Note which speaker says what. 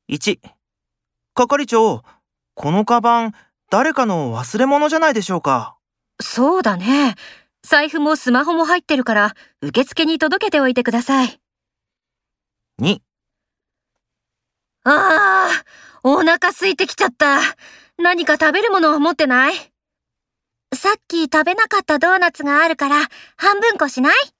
Speaker 1: 1、係長、このカバン、誰かの忘れ物じゃないでしょうか。
Speaker 2: そうだね。財布もスマホも入ってるから、受付に届けておいてください。
Speaker 1: 2、
Speaker 2: お腹空いてきちゃった。何か食べるもの持ってない？
Speaker 3: さっき食べなかったドーナツがあるから半分こしない？